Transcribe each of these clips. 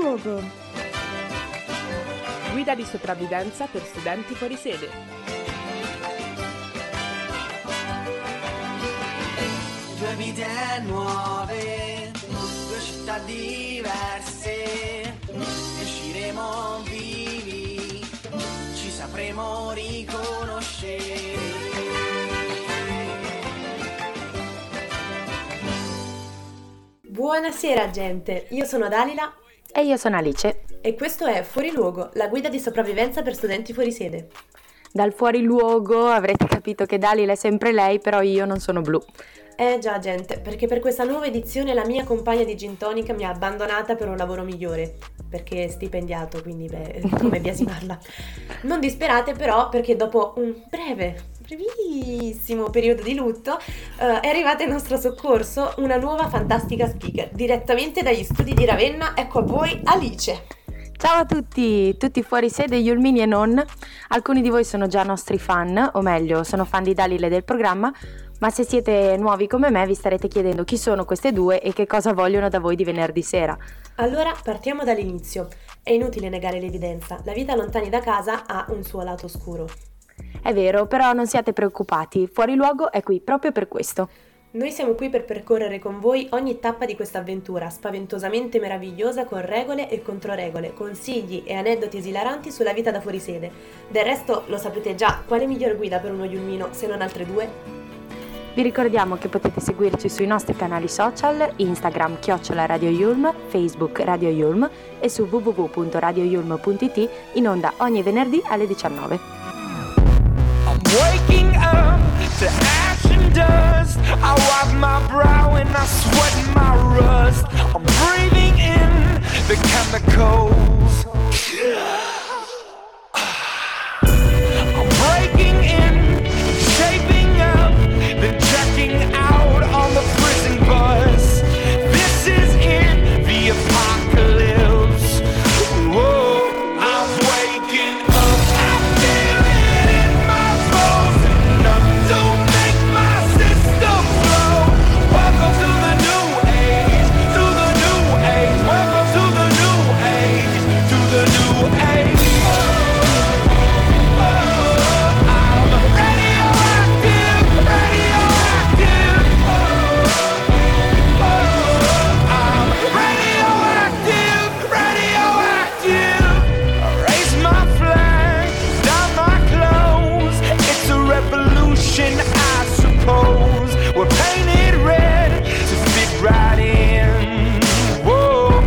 luogo. Guida di sopravvivenza per studenti fuori sede. Due vite nuove, due città diverse, usciremo vivi, ci sapremo riconoscere. Buonasera gente, io sono Dalila e io sono Alice e questo è Fuori Luogo, la guida di sopravvivenza per studenti fuori sede. Dal fuori luogo avrete capito che Dalila è sempre lei, però io non sono blu. Già gente, perché per questa nuova edizione la mia compagna di Gin Tonic mi ha abbandonata per un lavoro migliore, perché è stipendiato, quindi come biasimarla. Non disperate però, perché dopo un brevissimo periodo di lutto è arrivata in nostro soccorso una nuova fantastica speaker, direttamente dagli studi di Ravenna. Ecco a voi Alice. Ciao a tutti fuori sede, Yulmini e non. Alcuni di voi sono già nostri fan, o meglio, sono fan di Dalila e del programma, ma se siete nuovi come me vi starete chiedendo chi sono queste due e che cosa vogliono da voi di venerdì sera. Allora partiamo dall'inizio. È inutile negare l'evidenza, la vita lontani da casa ha un suo lato oscuro. È vero, però non siate preoccupati, Fuori Luogo è qui proprio per questo. Noi siamo qui per percorrere con voi ogni tappa di questa avventura spaventosamente meravigliosa, con regole e controregole, consigli e aneddoti esilaranti sulla vita da fuorisede. Del resto lo sapete già, quale miglior guida per uno Yulmino se non altre due? Vi ricordiamo che potete seguirci sui nostri canali social, Instagram @radioyulm, Facebook Radio Yulm e su www.radioyulm.it, in onda ogni venerdì alle 19. I'm waking up to ash and dust. I wipe my brow and I sweat my rust. I'm breathing in the chemicals. I'm breaking in, shaping up, then checking out on the prison bus. This is it, the apocalypse. Whoa, I'm waking up. I feel it in my bones. Enough to make my system blow. Welcome to the new age, to the new age. Welcome to the new age, to the new age. I'm radioactive, radioactive. I'm radioactive, radioactive. I raise my flag, down my clothes. It's a revolution, I suppose. We're painted red to fit right in. Whoa.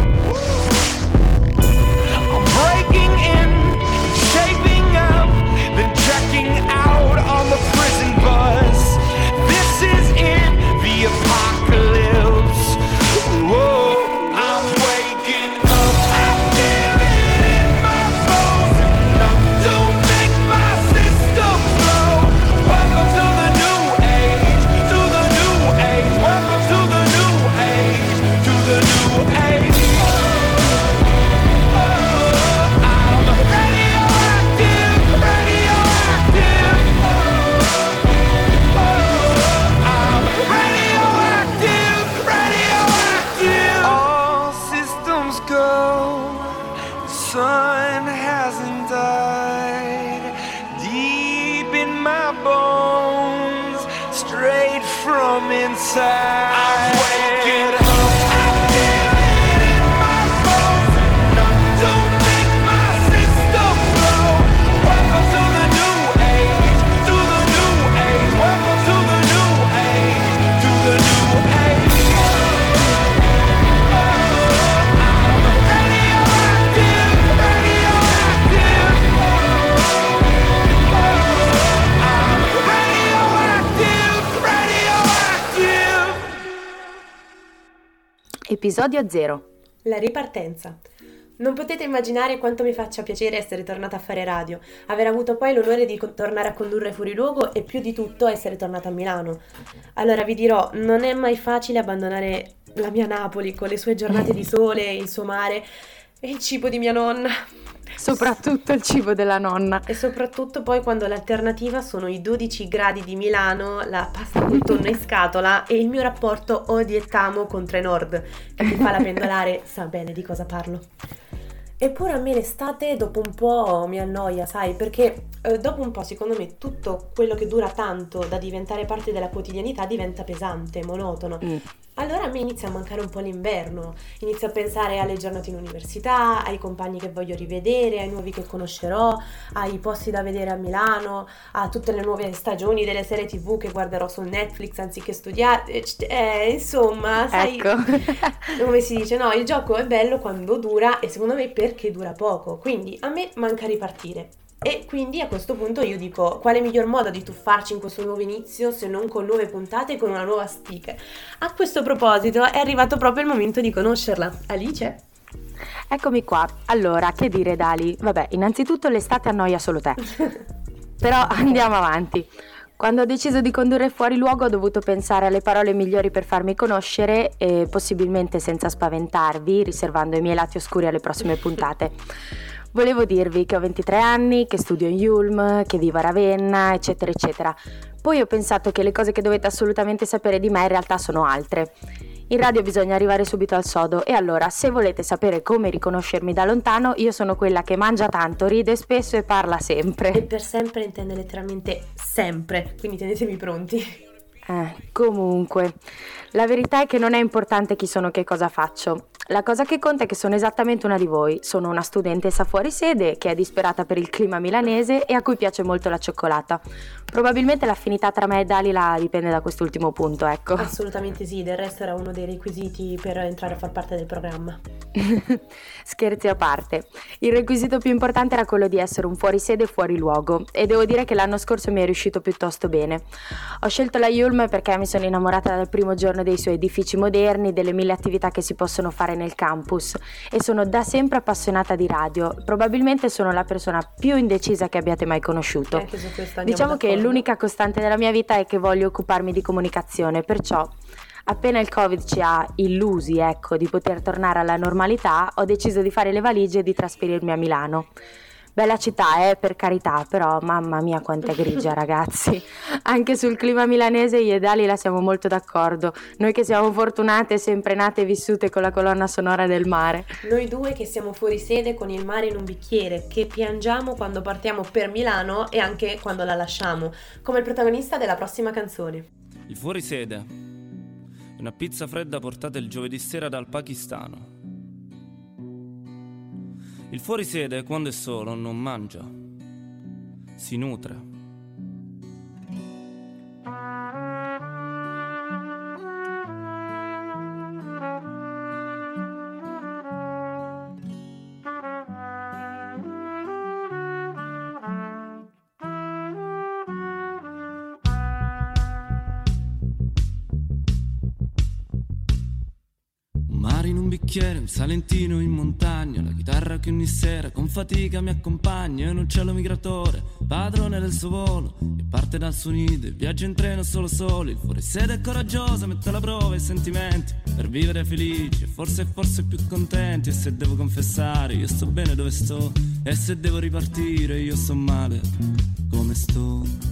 I'm breaking in, shaping up, then checking out on the prison bus. This is it, the apocalypse. Whoa, I'm waking up. I feel it in my bones. Enough to make my system blow. Welcome to the new age, to the new age. Welcome to the new age, to the new age. I'm radioactive, radioactive. I'm radioactive, radioactive. All systems go. The sun hasn't died. Deep in my bones, straight from inside. I'm waking up. I feel it in my bones. Enough to make my system blow. Welcome to the new age, to the new age. Welcome to the new age, to the new age. I'm radioactive, radioactive. I'm radioactive, radioactive. Episodio 0. La ripartenza. Non potete immaginare quanto mi faccia piacere essere tornata a fare radio, aver avuto poi l'onore di tornare a condurre Fuori Luogo e più di tutto essere tornata a Milano. Allora vi dirò, non è mai facile abbandonare la mia Napoli con le sue giornate di sole, il suo mare e il cibo di mia nonna. Soprattutto il cibo della nonna. E soprattutto poi quando l'alternativa sono i 12 gradi di Milano, la pasta col tonno in scatola e il mio rapporto odio e tamo con Trenord, che mi fa la pendolare, sa bene di cosa parlo. Eppure a me l'estate dopo un po' mi annoia, sai, perché dopo un po' secondo me tutto quello che dura tanto da diventare parte della quotidianità diventa pesante, monotono. Allora a me inizia a mancare un po' l'inverno, inizio a pensare alle giornate in università, ai compagni che voglio rivedere, ai nuovi che conoscerò, ai posti da vedere a Milano, a tutte le nuove stagioni delle serie TV che guarderò su Netflix anziché studiare, insomma, sai, Ecco. come si dice, no, il gioco è bello quando dura e secondo me perché dura poco, quindi a me manca ripartire. E quindi a questo punto io dico, quale miglior modo di tuffarci in questo nuovo inizio se non con nuove puntate e con una nuova speaker? A questo proposito è arrivato proprio il momento di conoscerla. Alice? Eccomi qua. Allora, che dire Dali? Vabbè, innanzitutto l'estate annoia solo te. Però andiamo avanti. Quando ho deciso di condurre Fuori Luogo ho dovuto pensare alle parole migliori per farmi conoscere e possibilmente senza spaventarvi, riservando i miei lati oscuri alle prossime puntate. Volevo dirvi che ho 23 anni, che studio in Yulm, che vivo a Ravenna, eccetera, eccetera. Poi ho pensato che le cose che dovete assolutamente sapere di me in realtà sono altre. In radio bisogna arrivare subito al sodo e allora, se volete sapere come riconoscermi da lontano, io sono quella che mangia tanto, ride spesso e parla sempre. E per sempre intende letteralmente sempre, quindi tenetevi pronti. Comunque, la verità è che non è importante chi sono o che cosa faccio. La cosa che conta è che sono esattamente una di voi. Sono una studentessa fuori sede che è disperata per il clima milanese e a cui piace molto la cioccolata. Probabilmente l'affinità tra me e Dalila dipende da quest'ultimo punto, ecco. Assolutamente sì, del resto era uno dei requisiti per entrare a far parte del programma. Scherzi a parte, il requisito più importante era quello di essere un fuorisede fuori luogo e devo dire che l'anno scorso mi è riuscito piuttosto bene. Ho scelto la Yulm perché mi sono innamorata dal primo giorno dei suoi edifici moderni, delle 1000 attività che si possono fare nel campus e sono da sempre appassionata di radio. Probabilmente sono la persona più indecisa che abbiate mai conosciuto. Anche su questo andiamo Diciamo che d'accordo. l'unica costante della mia vita è che voglio occuparmi di comunicazione, perciò appena il Covid ci ha illusi, ecco, di poter tornare alla normalità, ho deciso di fare le valigie e di trasferirmi a Milano. Bella città, per carità, però mamma mia quanto è grigia, ragazzi. Anche sul clima milanese io e Dalila siamo molto d'accordo. Noi che siamo fortunate, sempre nate e vissute con la colonna sonora del mare. Noi due che siamo fuori sede con il mare in un bicchiere, che piangiamo quando partiamo per Milano e anche quando la lasciamo, come il protagonista della prossima canzone. Il fuorisede è una pizza fredda portata il giovedì sera dal Pakistano. Il fuorisede quando è solo non mangia, si nutre. In un bicchiere, un salentino in montagna, la chitarra che ogni sera con fatica mi accompagna, un uccello migratore, padrone del suo volo, e parte dal suo nido e viaggia in treno solo. Il fuorisede è coraggiosa, mette alla prova i sentimenti per vivere felici e forse più contenti. E se devo confessare, io sto bene dove sto, e se devo ripartire, io sto male come sto.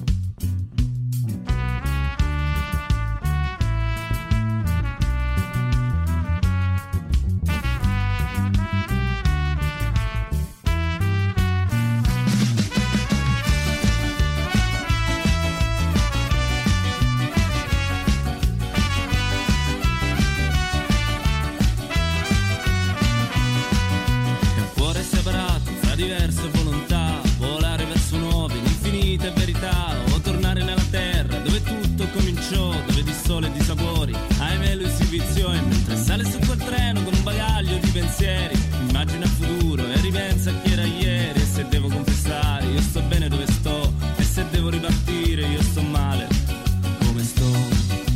Diverse volontà, volare verso nuove, infinite verità, o tornare nella terra dove tutto cominciò, dove di sole e di sapori, ahimè lui si viziò. E mentre sale su quel treno con un bagaglio di pensieri, immagina il futuro e ripensa a chi era ieri. E se devo confessare, io sto bene dove sto, e se devo ripartire, io sto male come sto.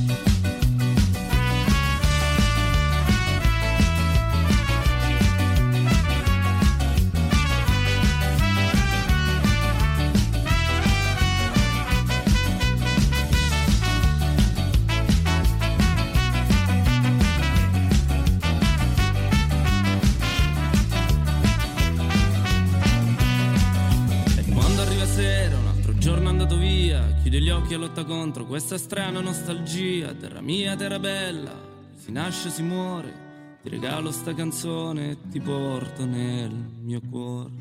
Chiude gli occhi e lotta contro questa strana nostalgia. Terra mia, terra bella, si nasce, si muore, Ti regalo sta canzone e ti porto nel mio cuore.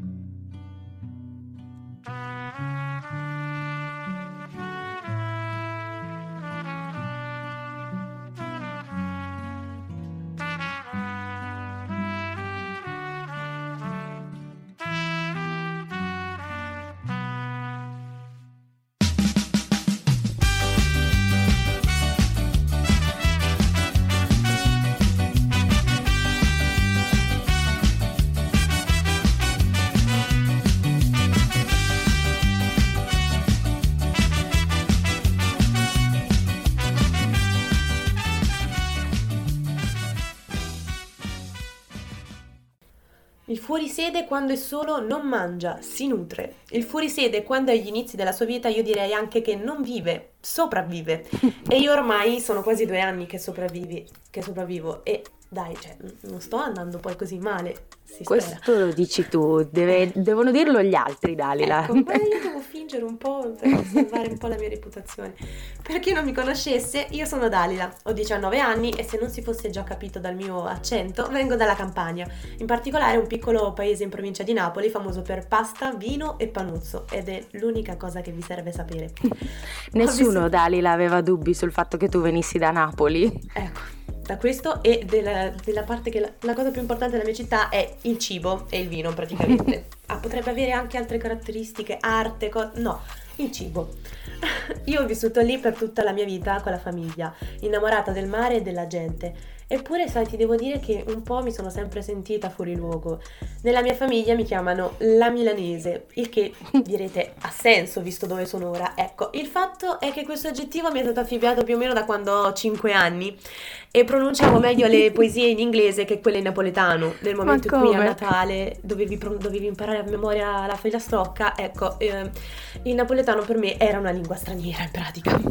Il fuorisede quando è solo non mangia, si nutre. Il fuorisede quando è agli inizi della sua vita, io direi anche che non vive, sopravvive. E io ormai sono quasi 2 anni che sopravvivo e dai, cioè, non sto andando poi così male, si Questo spera. lo dici tu, devono dirlo gli altri, Dalila. Ecco, ma io devo fingere un po' per salvare un po' la mia reputazione. Per chi non mi conoscesse, io sono Dalila, ho 19 anni e se non si fosse già capito dal mio accento, vengo dalla Campania, in particolare un piccolo paese in provincia di Napoli famoso per pasta, vino e panuzzo, ed è l'unica cosa che vi serve sapere. Nessuno, Dalila, aveva dubbi sul fatto che tu venissi da Napoli. Ecco, da questo e della parte che la cosa più importante della mia città è il cibo e il vino praticamente. Potrebbe avere anche altre caratteristiche, arte, no, il cibo. Io ho vissuto lì per tutta la mia vita con la famiglia, innamorata del mare e della gente. Eppure, sai, ti devo dire che un po' mi sono sempre sentita fuori luogo. Nella mia famiglia mi chiamano la milanese, il che direte ha senso visto dove sono ora. Ecco, il fatto è che questo aggettivo mi è stato affibbiato più o meno da quando ho 5 anni e pronunciavo meglio le poesie in inglese che quelle in napoletano. Nel momento in cui a Natale dovevi imparare a memoria la filastrocca, ecco, il napoletano per me era una lingua straniera in pratica.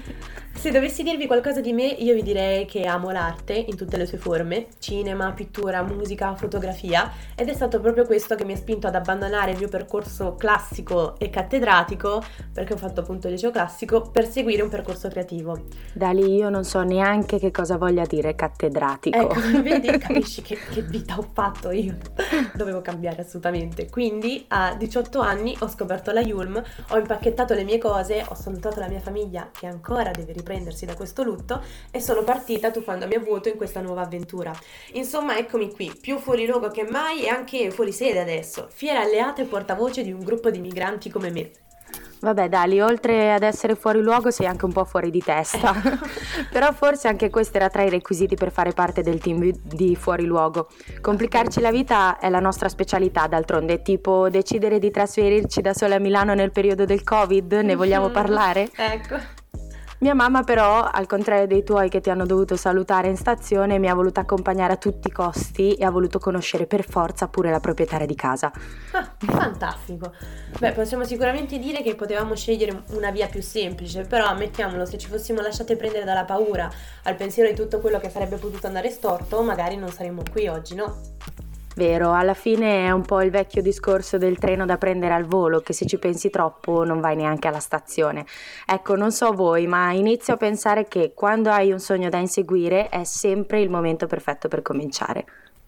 Se dovessi dirvi qualcosa di me, io vi direi che amo l'arte in tutte le sue forme, cinema, pittura, musica, fotografia, ed è stato proprio questo che mi ha spinto ad abbandonare il mio percorso classico e cattedratico, perché ho fatto appunto il liceo classico, per seguire un percorso creativo. Dali, io non so neanche che cosa voglia dire cattedratico. Ecco, vedi, capisci che vita ho fatto io. Dovevo cambiare assolutamente. Quindi a 18 anni ho scoperto la Yulm, ho impacchettato le mie cose, ho salutato la mia famiglia che ancora deve riprendersi da questo lutto e sono partita tuffandomi a vuoto in questa nuova avventura. Insomma, eccomi qui, più fuori luogo che mai e anche fuori sede adesso, fiera alleata e portavoce di un gruppo di migranti come me. Vabbè, Dali, oltre ad essere fuori luogo sei anche un po' fuori di testa. Però forse anche questo era tra i requisiti per fare parte del team di Fuori Luogo. Complicarci la vita è la nostra specialità, d'altronde, tipo decidere di trasferirci da sole a Milano nel periodo del Covid, ne vogliamo parlare? Ecco. Mia mamma però, al contrario dei tuoi che ti hanno dovuto salutare in stazione, mi ha voluto accompagnare a tutti i costi e ha voluto conoscere per forza pure la proprietaria di casa. Ah, fantastico. Beh, possiamo sicuramente dire che potevamo scegliere una via più semplice, però ammettiamolo, se ci fossimo lasciate prendere dalla paura, al pensiero di tutto quello che sarebbe potuto andare storto, magari non saremmo qui oggi, no? Vero, alla fine è un po' il vecchio discorso del treno da prendere al volo, che se ci pensi troppo non vai neanche alla stazione. Ecco, non so voi, ma inizio a pensare che quando hai un sogno da inseguire è sempre il momento perfetto per cominciare.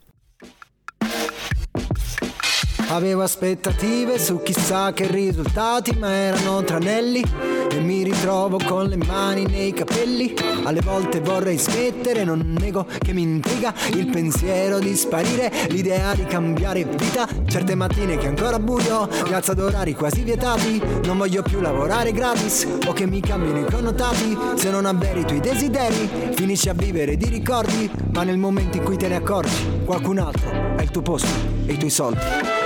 Avevo aspettative su chissà che risultati, ma erano tranelli e mi ritrovo con le mani nei capelli. Alle volte vorrei smettere, non nego che mi intriga il pensiero di sparire, l'idea di cambiare vita. Certe mattine che è ancora buio mi alzo ad orari quasi vietati. Non voglio più lavorare gratis o che mi cambino i connotati. Se non avveri i tuoi desideri finisci a vivere di ricordi, ma nel momento in cui te ne accorgi qualcun altro ha il tuo posto e i tuoi soldi.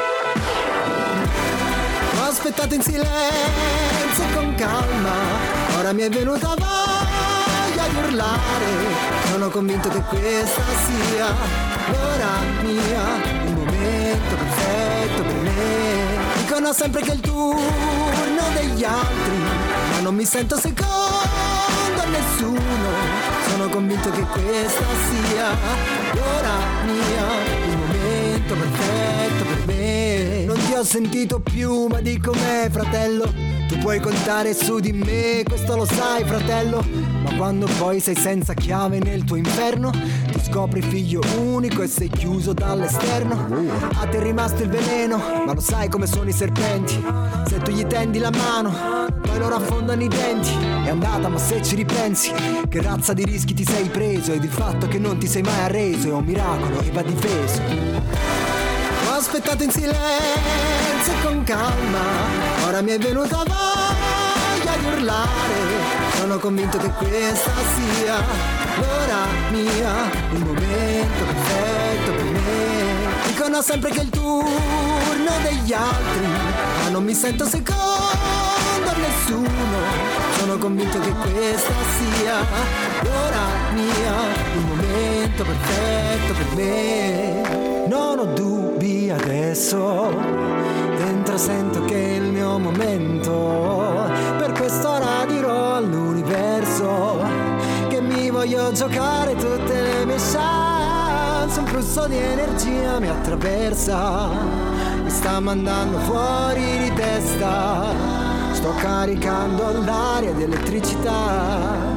Ho aspettato in silenzio e con calma, ora mi è venuta voglia di urlare. Sono convinto che questa sia l'ora mia, il momento perfetto per me. Dicono sempre che è il turno degli altri, ma non mi sento secondo a nessuno. Sono convinto che questa sia l'ora mia, il momento perfetto per me. Non ti ho sentito più, ma di com'è, fratello? Tu puoi contare su di me, questo lo sai fratello, ma quando poi sei senza chiave nel tuo inferno, ti scopri figlio unico e sei chiuso dall'esterno. A te è rimasto il veleno, ma lo sai come sono i serpenti. Se tu gli tendi la mano, poi loro affondano i denti. È andata, ma se ci ripensi, che razza di rischi ti sei preso, ed il fatto che non ti sei mai arreso è un miracolo e va difeso. Ho aspettato in silenzio e con calma, ora mi è venuta voglia di urlare. Sono convinto che questa sia l'ora mia, il momento perfetto per me. Dicono sempre che è il turno degli altri, ma non mi sento secondo a nessuno. Sono convinto che questa sia l'ora mia, il momento perfetto per me. Non ho dubbi adesso, dentro sento che è il mio momento. Per quest'ora dirò all'universo che mi voglio giocare tutte le mie chance. Un flusso di energia mi attraversa, mi sta mandando fuori di testa. Sto caricando l'aria di elettricità.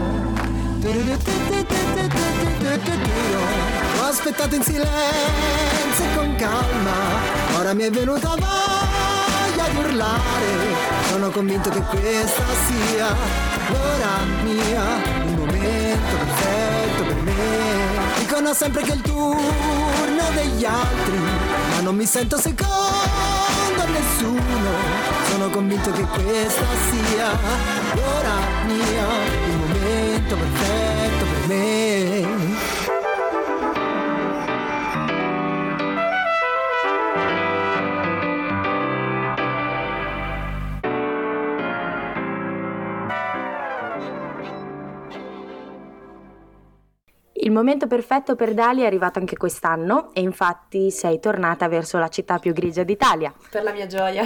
Ho aspettato in silenzio e con calma, ora mi è venuta voglia di urlare. Sono convinto che questa sia l'ora mia, il momento perfetto per me. Dicono sempre che è il turno degli altri, ma non mi sento secondo a nessuno. Sono convinto che questa sia l'ora mia, il momento perfetto per me. Il momento perfetto per Dalia è arrivato anche quest'anno e infatti sei tornata verso la città più grigia d'Italia. Per la mia gioia.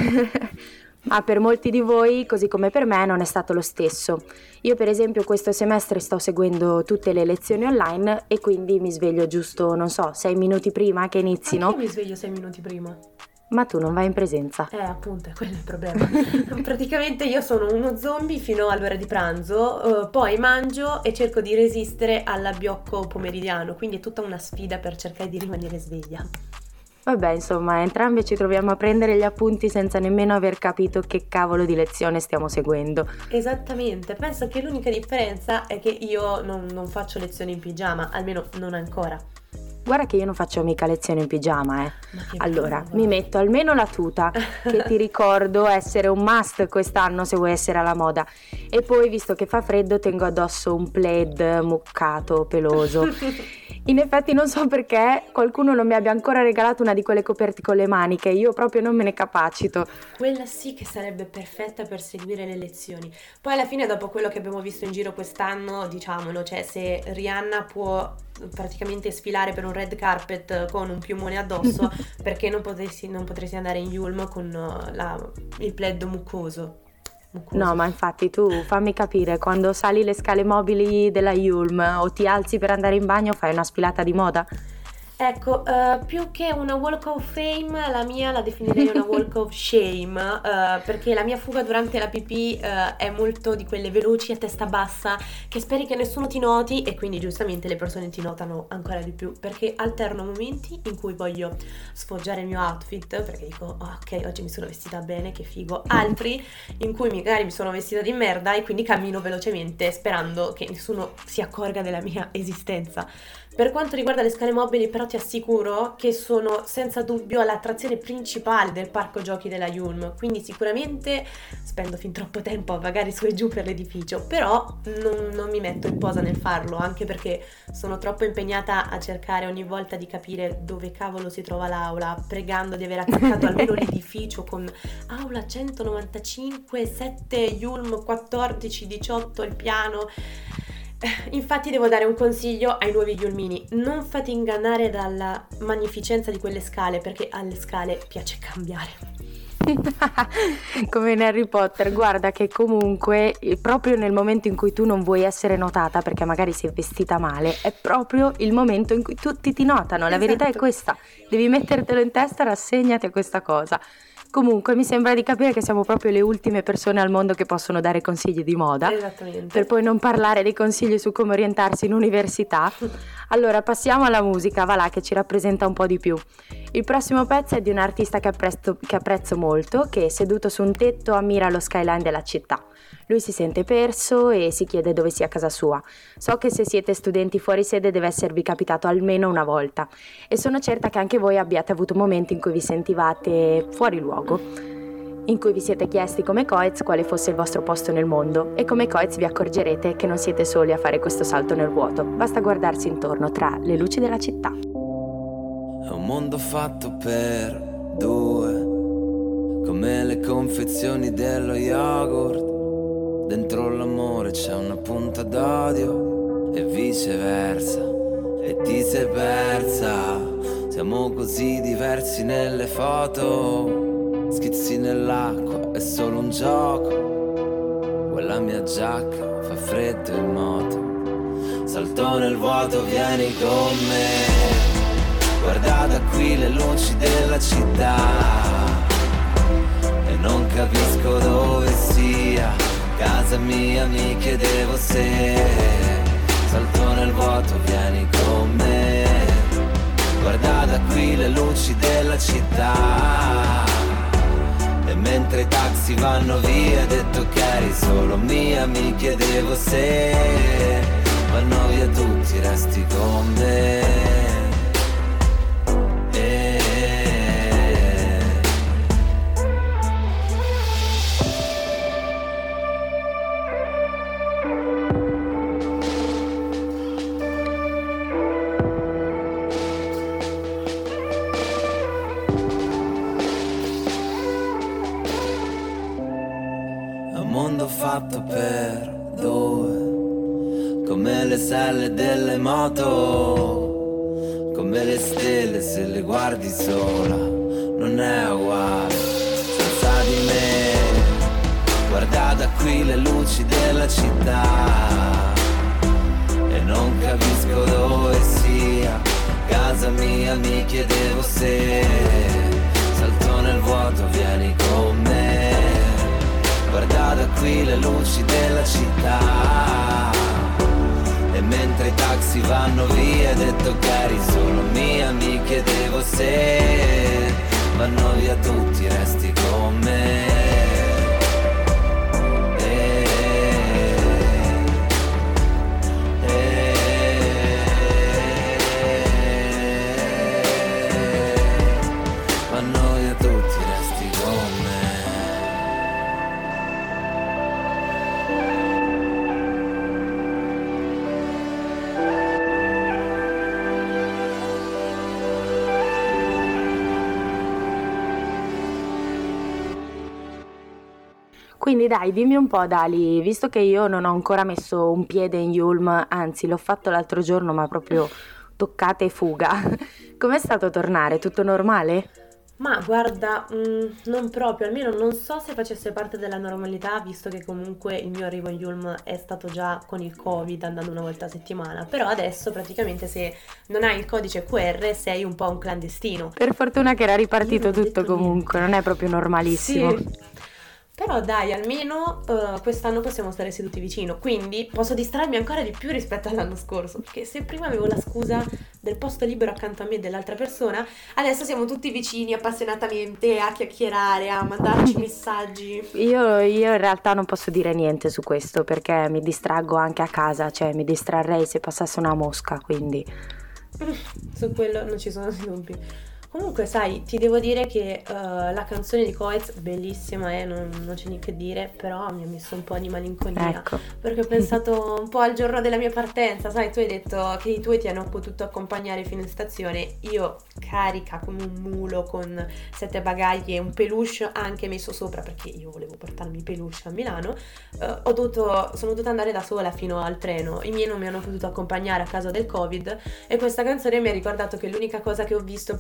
Ma per molti di voi, così come per me, non è stato lo stesso. Io per esempio questo semestre sto seguendo tutte le lezioni online e quindi mi sveglio giusto, 6 minuti prima che inizino. Anche io mi sveglio 6 minuti prima. Ma tu non vai in presenza. Appunto, è quello il problema. Praticamente io sono uno zombie fino all'ora di pranzo, poi mangio e cerco di resistere all'abbiocco pomeridiano, quindi è tutta una sfida per cercare di rimanere sveglia. Vabbè, insomma, entrambi ci troviamo a prendere gli appunti senza nemmeno aver capito che cavolo di lezione stiamo seguendo. Esattamente, penso che l'unica differenza è che io non faccio lezioni in pigiama, almeno non ancora. Guarda che io non faccio mica lezioni in pigiama, Allora, brava. mi metto almeno la tuta, che ti ricordo essere un must quest'anno se vuoi essere alla moda. E poi, visto che fa freddo, tengo addosso un plaid muccato, peloso. In effetti non so perché qualcuno non mi abbia ancora regalato una di quelle coperte con le maniche, io proprio non me ne capacito. Quella sì che sarebbe perfetta per seguire le lezioni. Poi alla fine, dopo quello che abbiamo visto in giro quest'anno, diciamolo, cioè se Rihanna può praticamente sfilare per un red carpet con un piumone addosso, perché non potresti andare in Yulm con il plaid mucoso? No, ma infatti tu fammi capire, quando sali le scale mobili della Yulm o ti alzi per andare in bagno fai una sfilata di moda? Ecco, più che una walk of fame, la mia la definirei una walk of shame, perché la mia fuga durante la pipì è molto di quelle veloci a testa bassa, che speri che nessuno ti noti e quindi giustamente le persone ti notano ancora di più, perché alterno momenti in cui voglio sfoggiare il mio outfit, perché dico ok, oggi mi sono vestita bene, che figo, altri in cui magari mi sono vestita di merda e quindi cammino velocemente sperando che nessuno si accorga della mia esistenza. Per quanto riguarda le scale mobili, però ti assicuro che sono senza dubbio l'attrazione principale del parco giochi della Yulm, quindi sicuramente spendo fin troppo tempo a vagare su e giù per l'edificio, però non mi metto in posa nel farlo, anche perché sono troppo impegnata a cercare ogni volta di capire dove cavolo si trova l'aula, pregando di aver attaccato almeno l'edificio con aula 195, 7 Yulm 14, 18 il piano. Infatti devo dare un consiglio ai nuovi yulmini: non fate ingannare dalla magnificenza di quelle scale, perché alle scale piace cambiare. Come in Harry Potter, guarda che comunque proprio nel momento in cui tu non vuoi essere notata perché magari sei vestita male, è proprio il momento in cui tutti ti notano, la verità è questa, devi mettertelo in testa, rassegnati a questa cosa. Comunque mi sembra di capire che siamo proprio le ultime persone al mondo che possono dare consigli di moda. Esattamente. Per poi non parlare dei consigli su come orientarsi in università. Allora passiamo alla musica, va là, che ci rappresenta un po' di più. Il prossimo pezzo è di un artista che apprezzo molto, che seduto su un tetto ammira lo skyline della città. Lui si sente perso e si chiede dove sia casa sua. So che se siete studenti fuori sede deve esservi capitato almeno una volta e sono certa che anche voi abbiate avuto momenti in cui vi sentivate fuori luogo, in cui vi siete chiesti come Coez quale fosse il vostro posto nel mondo e come Coez vi accorgerete che non siete soli a fare questo salto nel vuoto. Basta guardarsi intorno tra le luci della città. È un mondo fatto per due, come le confezioni dello yogurt. Dentro l'amore c'è una punta d'odio e viceversa, e ti sei persa. Siamo così diversi nelle foto, schizzi nell'acqua, è solo un gioco. Quella mia giacca fa freddo in moto, salto nel vuoto, vieni con me. Guarda da qui le luci della città e non capisco dove sia casa mia, mi chiedevo se salto nel vuoto, vieni con me. Guarda da qui le luci della città e mentre i taxi vanno via, detto che eri solo mia, mi chiedevo se vanno via tutti, resti con me. Fatto per due, come le selle delle moto, come le stelle se le guardi sola, non è uguale senza di me. Guarda da qui le luci della città e non capisco dove sia casa mia, mi chiedevo se salto nel vuoto, vieni con me. Guarda da qui le luci della città e mentre i taxi vanno via, detto che eri solo mia, mi chiedevo se vanno via tutti, resti con me. Vanno via tutti, resti con me. Quindi dai, dimmi un po' Dali, visto che io non ho ancora messo un piede in Yulm, anzi l'ho fatto l'altro giorno ma proprio toccata e fuga, com'è stato tornare? Tutto normale? Ma guarda, non proprio, almeno non so se facesse parte della normalità, visto che comunque il mio arrivo in Yulm è stato già con il Covid, andando una volta a settimana, però adesso praticamente se non hai il codice QR sei un po' un clandestino. Per fortuna che era ripartito tutto comunque, non è proprio normalissimo. Sì. Però dai, almeno quest'anno possiamo stare seduti vicino, quindi posso distrarmi ancora di più rispetto all'anno scorso, perché se prima avevo la scusa del posto libero accanto a me e dell'altra persona, adesso siamo tutti vicini appassionatamente a chiacchierare, a mandarci messaggi. Io in realtà non posso dire niente su questo, perché mi distraggo anche a casa, cioè mi distrarrei se passasse una mosca, quindi... Su quello non ci sono dubbi. Comunque sai, ti devo dire che la canzone di Coez, bellissima, non c'è niente che dire, però mi ha messo un po' di malinconia, ecco. Perché ho pensato un po' al giorno della mia partenza, sai, tu hai detto che i tuoi ti hanno potuto accompagnare fino in stazione, io carica come un mulo con 7 bagagli e un peluche anche messo sopra, perché io volevo portarmi i peluche a Milano, sono dovuta andare da sola fino al treno, i miei non mi hanno potuto accompagnare a causa del Covid e questa canzone mi ha ricordato che l'unica cosa che ho visto prima di partire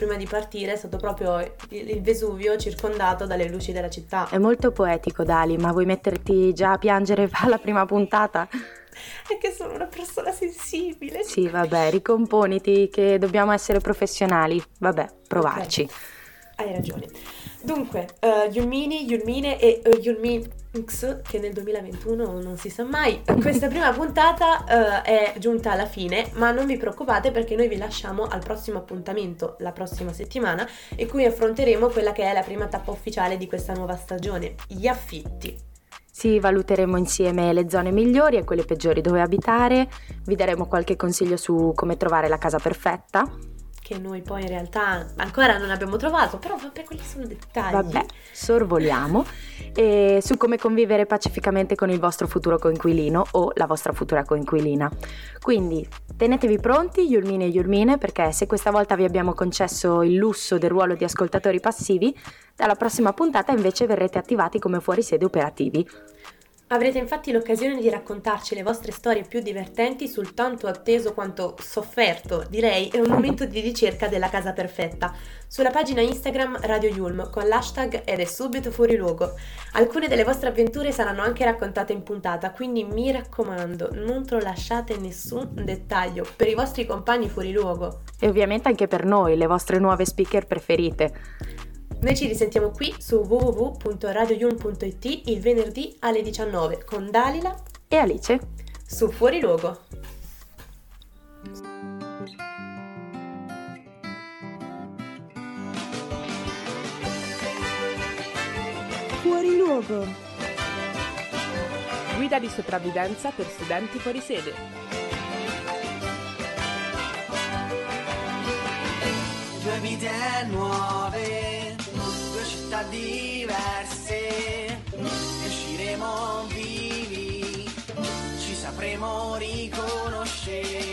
partire sotto proprio il Vesuvio circondato dalle luci della città. È molto poetico, Dali, ma vuoi metterti già a piangere alla prima puntata? È che sono una persona sensibile. Sì, vabbè, ricomponiti che dobbiamo essere professionali. Vabbè, provarci. Okay. Hai ragione. Dunque, Yulmine e Yulminx, che nel 2021 non si sa mai. Questa prima puntata è giunta alla fine, ma non vi preoccupate perché noi vi lasciamo al prossimo appuntamento, la prossima settimana, in cui affronteremo quella che è la prima tappa ufficiale di questa nuova stagione, gli affitti. Sì, valuteremo insieme le zone migliori e quelle peggiori dove abitare, vi daremo qualche consiglio su come trovare la casa perfetta. Che noi poi in realtà ancora non abbiamo trovato, però vabbè, quelli sono dettagli. Vabbè, sorvoliamo. E su come convivere pacificamente con il vostro futuro coinquilino o la vostra futura coinquilina. Quindi tenetevi pronti, Yulmini e Yulmine, perché se questa volta vi abbiamo concesso il lusso del ruolo di ascoltatori passivi, dalla prossima puntata invece verrete attivati come fuorisede operativi. Avrete infatti l'occasione di raccontarci le vostre storie più divertenti sul tanto atteso quanto sofferto, direi, è un momento di ricerca della casa perfetta, sulla pagina Instagram Radio Yulm con l'hashtag ed è subito fuori luogo. Alcune delle vostre avventure saranno anche raccontate in puntata, quindi mi raccomando, non tralasciate nessun dettaglio per i vostri compagni fuori luogo. E ovviamente anche per noi, le vostre nuove speaker preferite. Noi ci risentiamo qui su www.radioyulm.it il venerdì alle 19 con Dalila e Alice su Fuori Luogo. Fuori Luogo. Guida di sopravvivenza per studenti fuori sede. Due vite nuove, due città diverse, usciremo vivi, ci sapremo riconoscere.